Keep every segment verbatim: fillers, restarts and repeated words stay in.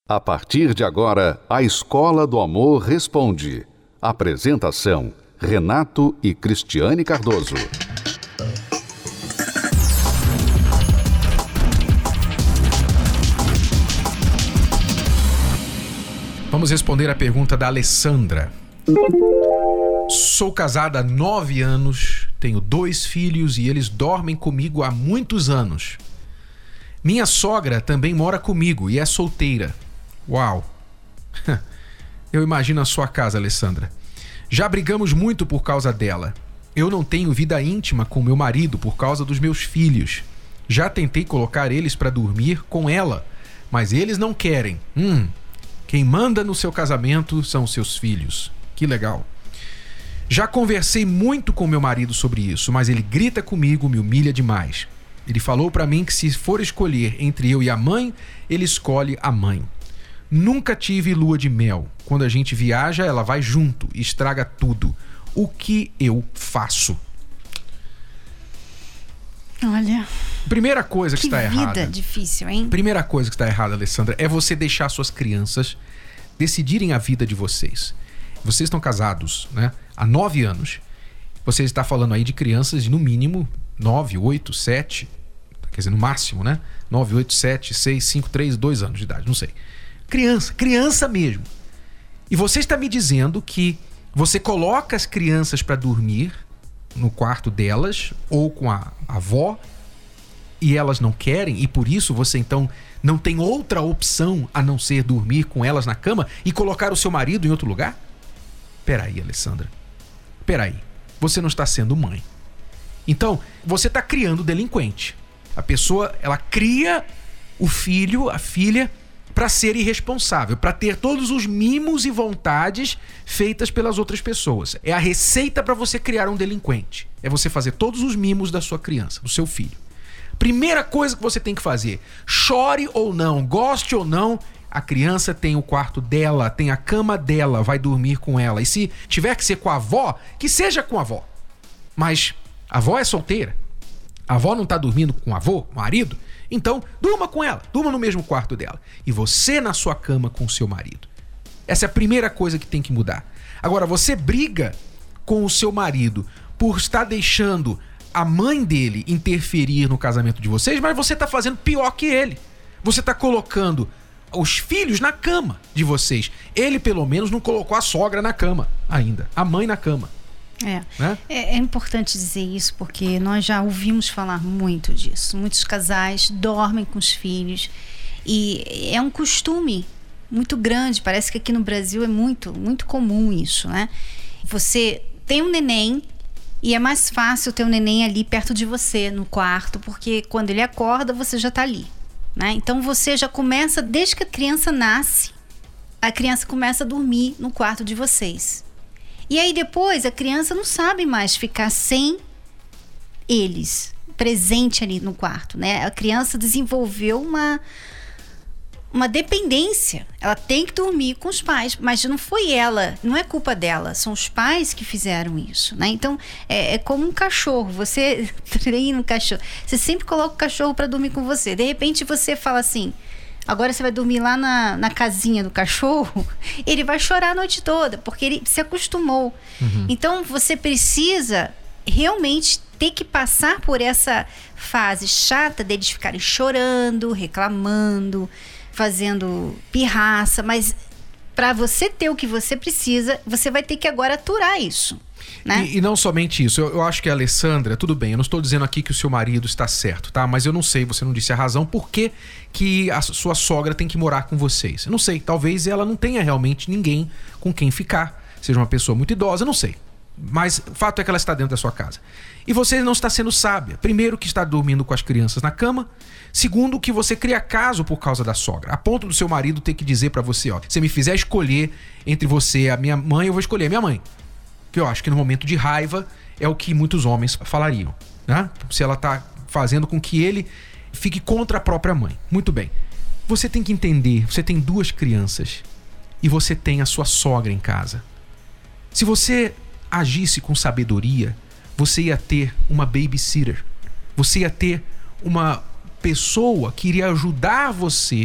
A partir de agora, a Escola do Amor Responde. Apresentação: Renato e Cristiane Cardoso. Vamos responder a pergunta da Alessandra. Sou casada há nove anos, tenho dois filhos e eles dormem comigo há muitos anos. Minha sogra também mora comigo e é solteira. Uau! Eu imagino a sua casa, Alessandra. Já brigamos muito por causa dela. Eu não tenho vida íntima com meu marido por causa dos meus filhos. Já tentei colocar eles para dormir com ela, mas eles não querem. Hum, quem manda no seu casamento são os seus filhos. Que legal. Já conversei muito com meu marido sobre isso, mas ele grita comigo, me humilha demais. Ele falou para mim que se for escolher entre eu e a mãe, ele escolhe a mãe. Nunca tive lua de mel. Quando a gente viaja, ela vai junto e estraga tudo. O que eu faço? Olha... Primeira coisa que, que está errada... Que vida difícil, hein? Primeira coisa que está errada, Alessandra, é você deixar suas crianças decidirem a vida de vocês. Vocês estão casados, né? Há nove anos. Você está falando aí de crianças de, no mínimo, nove, oito, sete... Quer dizer, no máximo, né? nove, oito, sete, seis, cinco, três, dois anos de idade, não sei. Criança, criança mesmo. E você está me dizendo que você coloca as crianças para dormir no quarto delas ou com a avó e elas não querem, e por isso você então não tem outra opção a não ser dormir com elas na cama e colocar o seu marido em outro lugar? Peraí, Alessandra. Peraí. Você não está sendo mãe. Então, você está criando delinquente. A pessoa, ela cria o filho, a filha, para ser irresponsável, para ter todos os mimos e vontades feitas pelas outras pessoas. É a receita para você criar um delinquente. É você fazer todos os mimos da sua criança, do seu filho. Primeira coisa que você tem que fazer, chore ou não, goste ou não, a criança tem o quarto dela, tem a cama dela, vai dormir com ela. E se tiver que ser com a avó, que seja com a avó. Mas a avó é solteira. A avó não está dormindo com o avô, com o marido? Então, durma com ela, durma no mesmo quarto dela. E você na sua cama com o seu marido. Essa é a primeira coisa que tem que mudar. Agora, você briga com o seu marido por estar deixando a mãe dele interferir no casamento de vocês, mas você está fazendo pior que ele. Você está colocando os filhos na cama de vocês. Ele, pelo menos, não colocou a sogra na cama ainda, a mãe na cama. É. Né? é, é importante dizer isso porque nós já ouvimos falar muito disso. Muitos casais dormem com os filhos e é um costume muito grande. Parece que aqui no Brasil é muito, muito comum isso, né? Você tem um neném e é mais fácil ter um neném ali perto de você no quarto, porque quando ele acorda você já está ali, né? Então você já começa, desde que a criança nasce, a criança começa a dormir no quarto de vocês. E aí depois a criança não sabe mais ficar sem eles, presente ali no quarto, né? A criança desenvolveu uma, uma dependência. Ela tem que dormir com os pais, mas não foi ela, não é culpa dela, são os pais que fizeram isso, né? Então é, é como um cachorro, você treina um cachorro, você sempre coloca o cachorro para dormir com você. De repente você fala assim: agora você vai dormir lá na, na casinha do cachorro, ele vai chorar a noite toda, porque ele se acostumou. Uhum. Então você precisa realmente ter que passar por essa fase chata deles ficarem chorando, reclamando, fazendo pirraça, mas para você ter o que você precisa, você vai ter que agora aturar isso. Né? E, e não somente isso, eu, eu acho que a Alessandra, tudo bem, eu não estou dizendo aqui que o seu marido está certo, tá? Mas eu não sei, você não disse a razão por que, que a sua sogra tem que morar com vocês. Eu não sei, talvez ela não tenha realmente ninguém com quem ficar, seja uma pessoa muito idosa, eu não sei. Mas o fato é que ela está dentro da sua casa. E você não está sendo sábia. Primeiro, que está dormindo com as crianças na cama. Segundo, que você cria caso por causa da sogra, a ponto do seu marido ter que dizer para você: ó, se me fizer escolher entre você e a minha mãe, eu vou escolher a minha mãe. Que eu acho que no momento de raiva é o que muitos homens falariam, né? Se ela está fazendo com que ele fique contra a própria mãe. Muito bem. Você tem que entender, você tem duas crianças e você tem a sua sogra em casa. Se você agisse com sabedoria, você ia ter uma babysitter. Você ia ter uma pessoa que iria ajudar você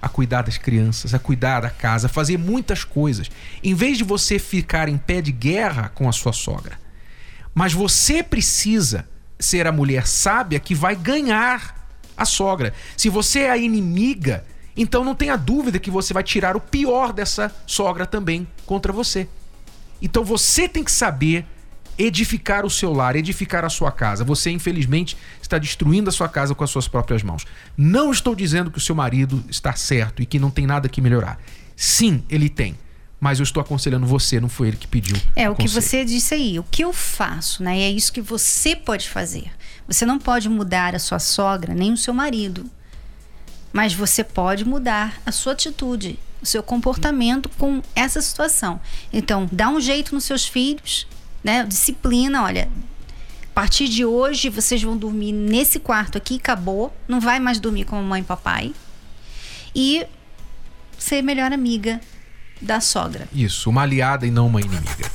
a cuidar das crianças, a cuidar da casa, a fazer muitas coisas. Em vez de você ficar em pé de guerra com a sua sogra. Mas você precisa ser a mulher sábia que vai ganhar a sogra. Se você é a inimiga, então não tenha dúvida que você vai tirar o pior dessa sogra também contra você. Então você tem que saber edificar o seu lar, edificar a sua casa. Você, infelizmente, está destruindo a sua casa com as suas próprias mãos. Não estou dizendo que o seu marido está certo e que não tem nada que melhorar. Sim, ele tem. Mas eu estou aconselhando você, não foi ele que pediu. É, o conselho. que você disse aí. O que eu faço, né? E é isso que você pode fazer. Você não pode mudar a sua sogra, nem o seu marido. Mas você pode mudar a sua atitude, o seu comportamento com essa situação. Então, dá um jeito nos seus filhos, né? Disciplina, olha, a partir de hoje vocês vão dormir nesse quarto aqui, acabou, não vai mais dormir com a mamãe e papai. E ser melhor amiga da sogra. Isso, uma aliada e não uma inimiga.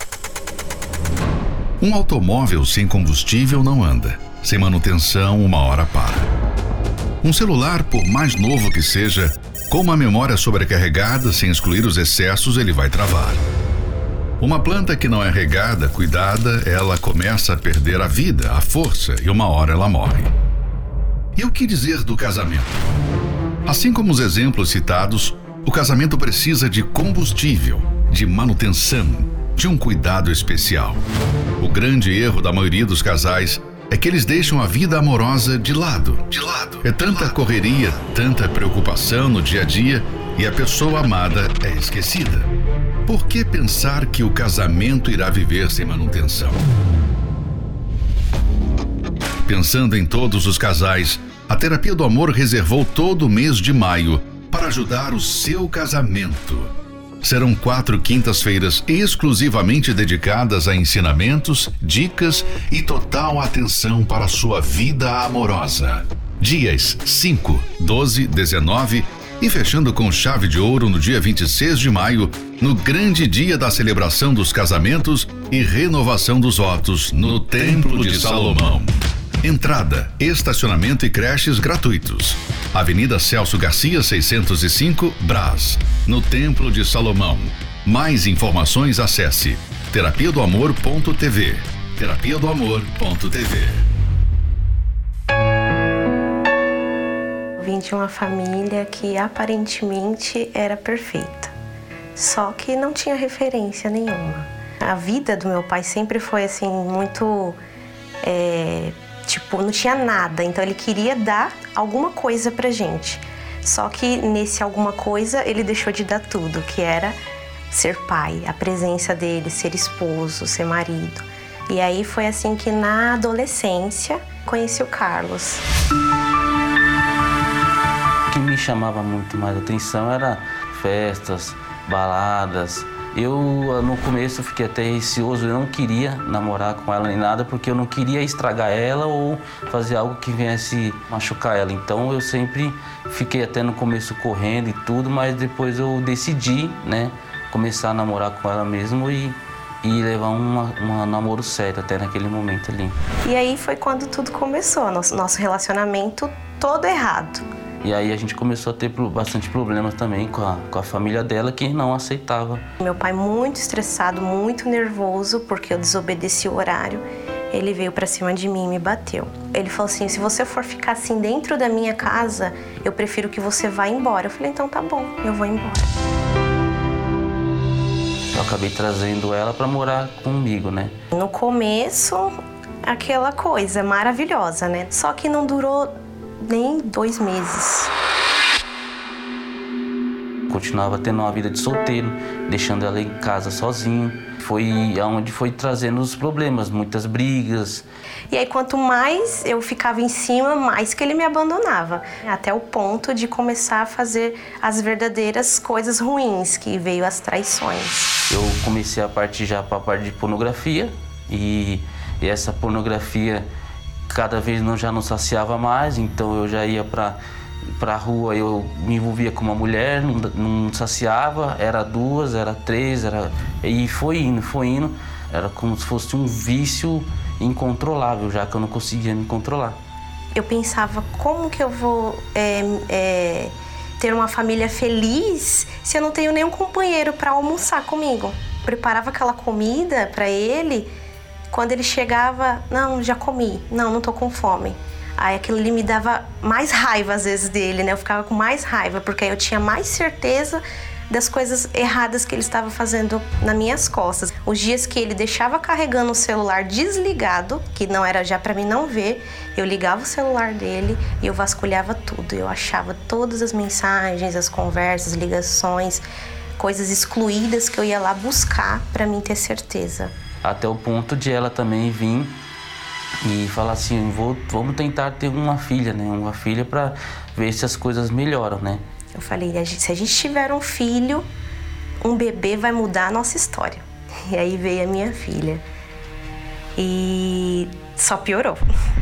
Um automóvel sem combustível não anda. Sem manutenção, uma hora para. Um celular, por mais novo que seja, com uma memória sobrecarregada, sem excluir os excessos, ele vai travar. Uma planta que não é regada, cuidada, ela começa a perder a vida, a força, e uma hora ela morre. E o que dizer do casamento? Assim como os exemplos citados, o casamento precisa de combustível, de manutenção, de um cuidado especial. O grande erro da maioria dos casais é que eles deixam a vida amorosa de lado. De lado. É tanta correria, tanta preocupação no dia a dia, e a pessoa amada é esquecida. Por que pensar que o casamento irá viver sem manutenção? Pensando em todos os casais, a Terapia do Amor reservou todo o mês de maio para ajudar o seu casamento. Serão quatro quintas-feiras exclusivamente dedicadas a ensinamentos, dicas e total atenção para a sua vida amorosa. Dias cinco, doze, dezenove e fechando com chave de ouro no dia vinte e seis de maio, no grande dia da celebração dos casamentos e renovação dos votos no Templo de Salomão. Entrada, estacionamento e creches gratuitos. Avenida Celso Garcia, seiscentos e cinco, Brás, no Templo de Salomão. Mais informações, acesse terapia do amor ponto t v. terapia do amor ponto t v. Vim de uma família que aparentemente era perfeita, só que não tinha referência nenhuma. A vida do meu pai sempre foi assim, muito... É, tipo, não tinha nada, então ele queria dar alguma coisa pra gente. Só que nesse alguma coisa ele deixou de dar tudo, que era ser pai, a presença dele, ser esposo, ser marido. E aí foi assim que na adolescência conheci o Carlos. O que me chamava muito mais atenção era festas, baladas. Eu, no começo, fiquei até receoso, eu não queria namorar com ela nem nada, porque eu não queria estragar ela ou fazer algo que viesse machucar ela. Então, eu sempre fiquei até no começo correndo e tudo, mas depois eu decidi, né, começar a namorar com ela mesmo e, e levar uma, um namoro sério até naquele momento ali. E aí foi quando tudo começou, nosso, nosso relacionamento todo errado. E aí a gente começou a ter bastante problemas também com a, com a família dela, que não aceitava. Meu pai muito estressado, muito nervoso, porque eu desobedeci o horário. Ele veio pra cima de mim e me bateu. Ele falou assim, se você for ficar assim dentro da minha casa, eu prefiro que você vá embora. Eu falei, então tá bom, eu vou embora. Eu acabei trazendo ela pra morar comigo, né? No começo, aquela coisa maravilhosa, né? Só que não durou nem dois meses. Continuava tendo uma vida de solteiro, deixando ela em casa sozinho. Foi aonde foi trazendo os problemas, muitas brigas. E aí, quanto mais eu ficava em cima, mais que ele me abandonava. Até o ponto de começar a fazer as verdadeiras coisas ruins, que veio as traições. Eu comecei a partir já para a parte de pornografia. E, e essa pornografia cada vez não, já não saciava mais, então eu já ia para para rua, eu me envolvia com uma mulher, não, não saciava, era duas, era três, era... e foi indo, foi indo. Era como se fosse um vício incontrolável, já que eu não conseguia me controlar. Eu pensava, como que eu vou é, é, ter uma família feliz se eu não tenho nenhum companheiro para almoçar comigo? Preparava aquela comida para ele, quando ele chegava, não, já comi, não, não tô com fome. Aí aquilo ali me dava mais raiva às vezes dele, né? Eu ficava com mais raiva, porque aí eu tinha mais certeza das coisas erradas que ele estava fazendo nas minhas costas. Os dias que ele deixava carregando o celular desligado, que não era já para mim não ver, eu ligava o celular dele e eu vasculhava tudo. Eu achava todas as mensagens, as conversas, ligações, coisas excluídas que eu ia lá buscar para mim ter certeza. Até o ponto de ela também vir e falar assim, Vou, vamos tentar ter uma filha, né? Uma filha para ver se as coisas melhoram, né? Eu falei, se a gente tiver um filho, um bebê vai mudar a nossa história. E aí veio a minha filha. E só piorou.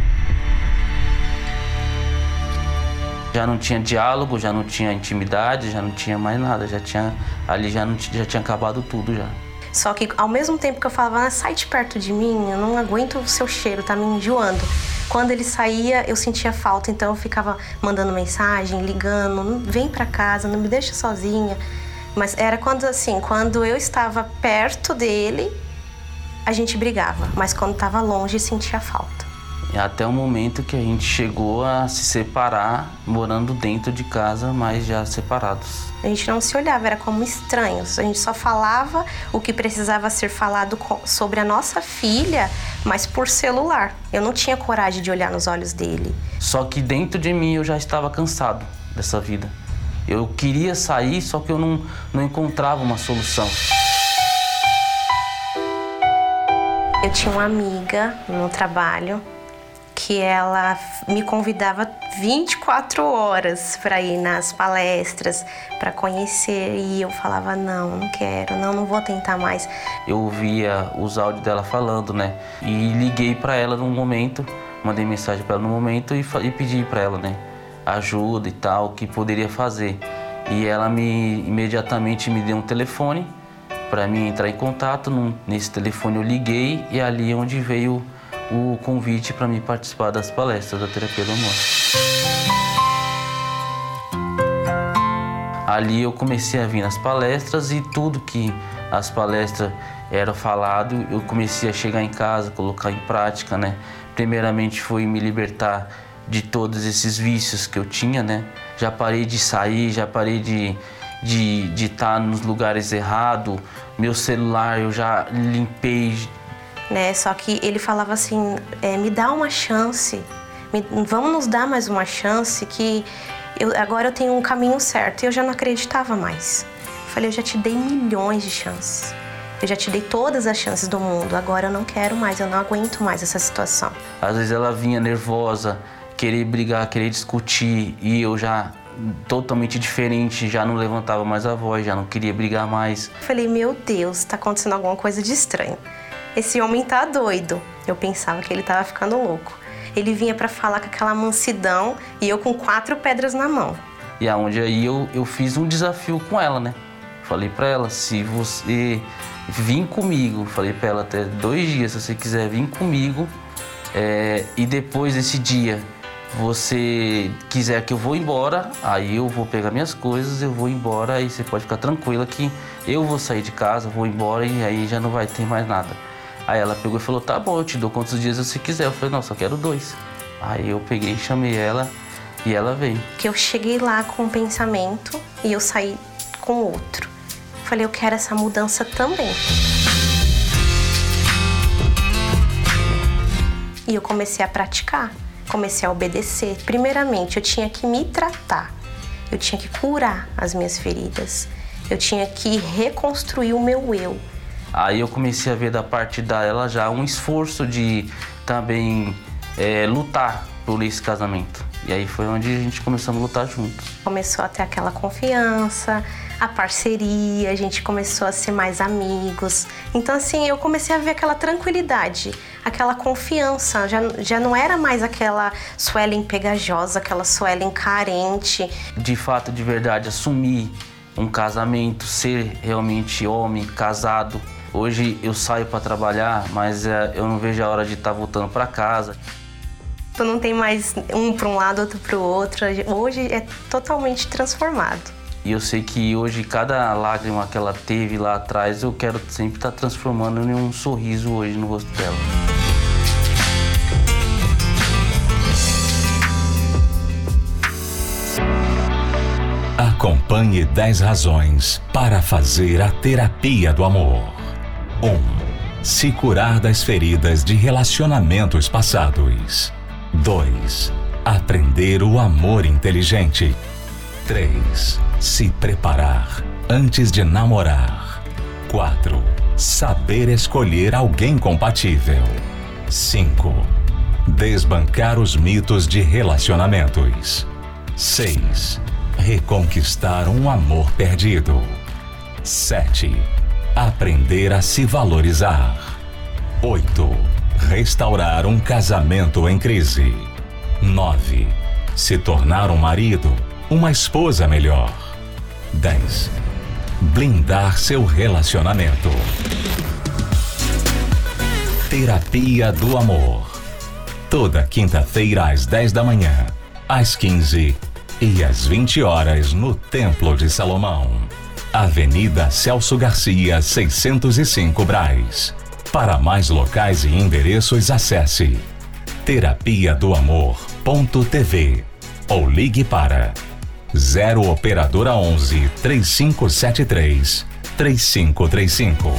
Já não tinha diálogo, já não tinha intimidade, já não tinha mais nada. Já tinha, ali já, não, já tinha acabado tudo já. Só que ao mesmo tempo que eu falava, ah, sai de perto de mim, eu não aguento o seu cheiro, tá me enjoando. Quando ele saía, eu sentia falta, então eu ficava mandando mensagem, ligando, vem pra casa, não me deixa sozinha. Mas era quando, assim, quando eu estava perto dele, a gente brigava. Mas quando estava longe, sentia falta. Até o momento que a gente chegou a se separar, morando dentro de casa, mas já separados. A gente não se olhava, era como estranhos. A gente só falava o que precisava ser falado sobre a nossa filha, mas por celular. Eu não tinha coragem de olhar nos olhos dele. Só que dentro de mim eu já estava cansado dessa vida. Eu queria sair, só que eu não, não encontrava uma solução. Eu tinha uma amiga no trabalho que ela me convidava vinte e quatro horas para ir nas palestras, para conhecer, e eu falava, não, não quero, não, não vou tentar mais. Eu ouvia os áudios dela falando, né, e liguei para ela num momento, mandei mensagem para ela num momento e, e pedi para ela, né, ajuda e tal, o que poderia fazer. E ela me imediatamente me deu um telefone para mim entrar em contato. Nesse telefone eu liguei e ali é onde veio o convite para mim participar das palestras da Terapia do Amor. Ali eu comecei a vir nas palestras e tudo que as palestras eram falado, eu comecei a chegar em casa, colocar em prática, né? Primeiramente foi me libertar de todos esses vícios que eu tinha, né? Já parei de sair, já parei de de de estar nos lugares errados. Meu celular eu já limpei. Né? Só que ele falava assim, é, me dá uma chance, me, vamos nos dar mais uma chance, que eu, agora eu tenho um caminho certo. E eu já não acreditava mais. Eu falei, eu já te dei milhões de chances. Eu já te dei todas as chances do mundo, agora eu não quero mais, eu não aguento mais essa situação. Às vezes ela vinha nervosa, querer brigar, querer discutir, e eu já totalmente diferente, já não levantava mais a voz, já não queria brigar mais. Eu falei, meu Deus, tá acontecendo alguma coisa de estranho. Esse homem tá doido. Eu pensava que ele tava ficando louco. Ele vinha para falar com aquela mansidão e eu com quatro pedras na mão. E aonde aí eu, eu fiz um desafio com ela, né? Falei para ela, se você vir comigo, falei para ela até dois dias, se você quiser vir comigo, é, e depois desse dia você quiser que eu vou embora, aí eu vou pegar minhas coisas, eu vou embora, e você pode ficar tranquila que eu vou sair de casa, vou embora e aí já não vai ter mais nada. Aí ela pegou e falou, tá bom, eu te dou quantos dias você quiser. Eu falei, não, só quero dois. Aí eu peguei, chamei ela e ela veio. Que eu cheguei lá com um pensamento e eu saí com outro. Falei, eu quero essa mudança também. E eu comecei a praticar, comecei a obedecer. Primeiramente, eu tinha que me tratar, eu tinha que curar as minhas feridas, eu tinha que reconstruir o meu eu. Aí eu comecei a ver da parte dela já um esforço de também é, lutar por esse casamento. E aí foi onde a gente começou a lutar juntos. Começou a ter aquela confiança, a parceria, a gente começou a ser mais amigos. Então assim, eu comecei a ver aquela tranquilidade, aquela confiança. Já, já não era mais aquela Suelen pegajosa, aquela Suelen carente. De fato, de verdade, assumir um casamento, ser realmente homem, casado. Hoje eu saio para trabalhar, mas é, eu não vejo a hora de estar voltando para casa. Tu não tem mais um para um lado, outro para o outro. Hoje é totalmente transformado. E eu sei que hoje cada lágrima que ela teve lá atrás, eu quero sempre estar transformando em um sorriso hoje no rosto dela. Acompanhe dez razões para fazer a terapia do amor. um. Se curar das feridas de relacionamentos passados. dois. Aprender o amor inteligente. três. Se preparar antes de namorar. quatro. Saber escolher alguém compatível. cinco. Desbancar os mitos de relacionamentos. seis. Reconquistar um amor perdido. sete. Aprender a se valorizar. oito. Restaurar um casamento em crise. nove. Se tornar um marido, uma esposa melhor. dez. Blindar seu relacionamento. Terapia do Amor. Toda quinta-feira às dez da manhã, às quinze e às vinte horas no Templo de Salomão. Avenida Celso Garcia, seiscentos e cinco Brás. Para mais locais e endereços, acesse terapia do amor ponto t v ou ligue para zero operadora onze, três cinco sete três, três cinco três cinco.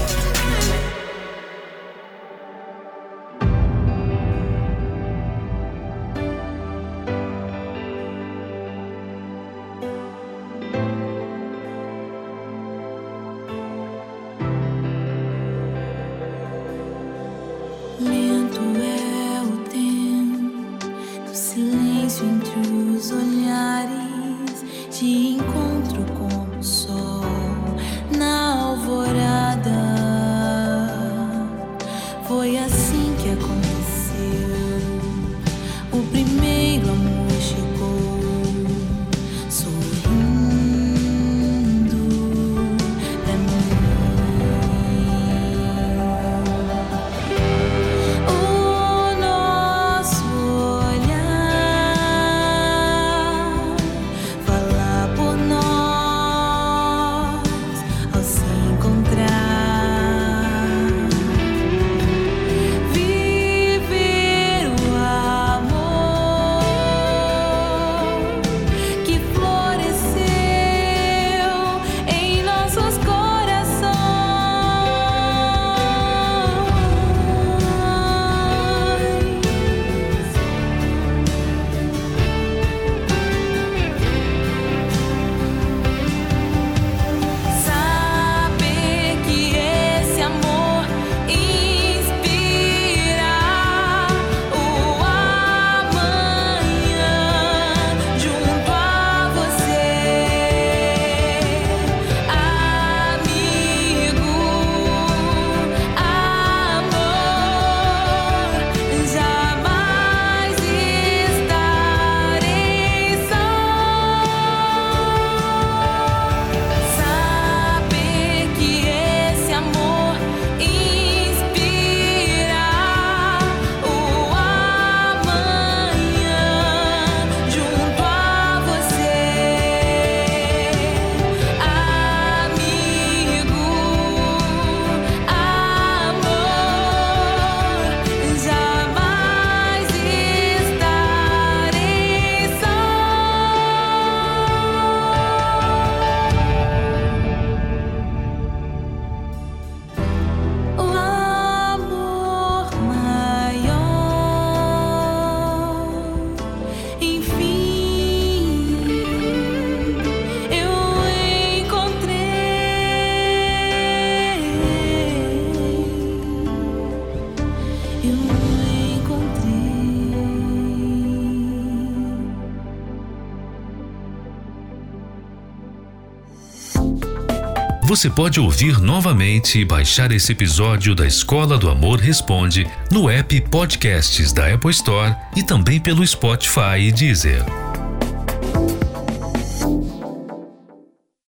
Você pode ouvir novamente e baixar esse episódio da Escola do Amor Responde no app Podcasts da Apple Store e também pelo Spotify e Deezer.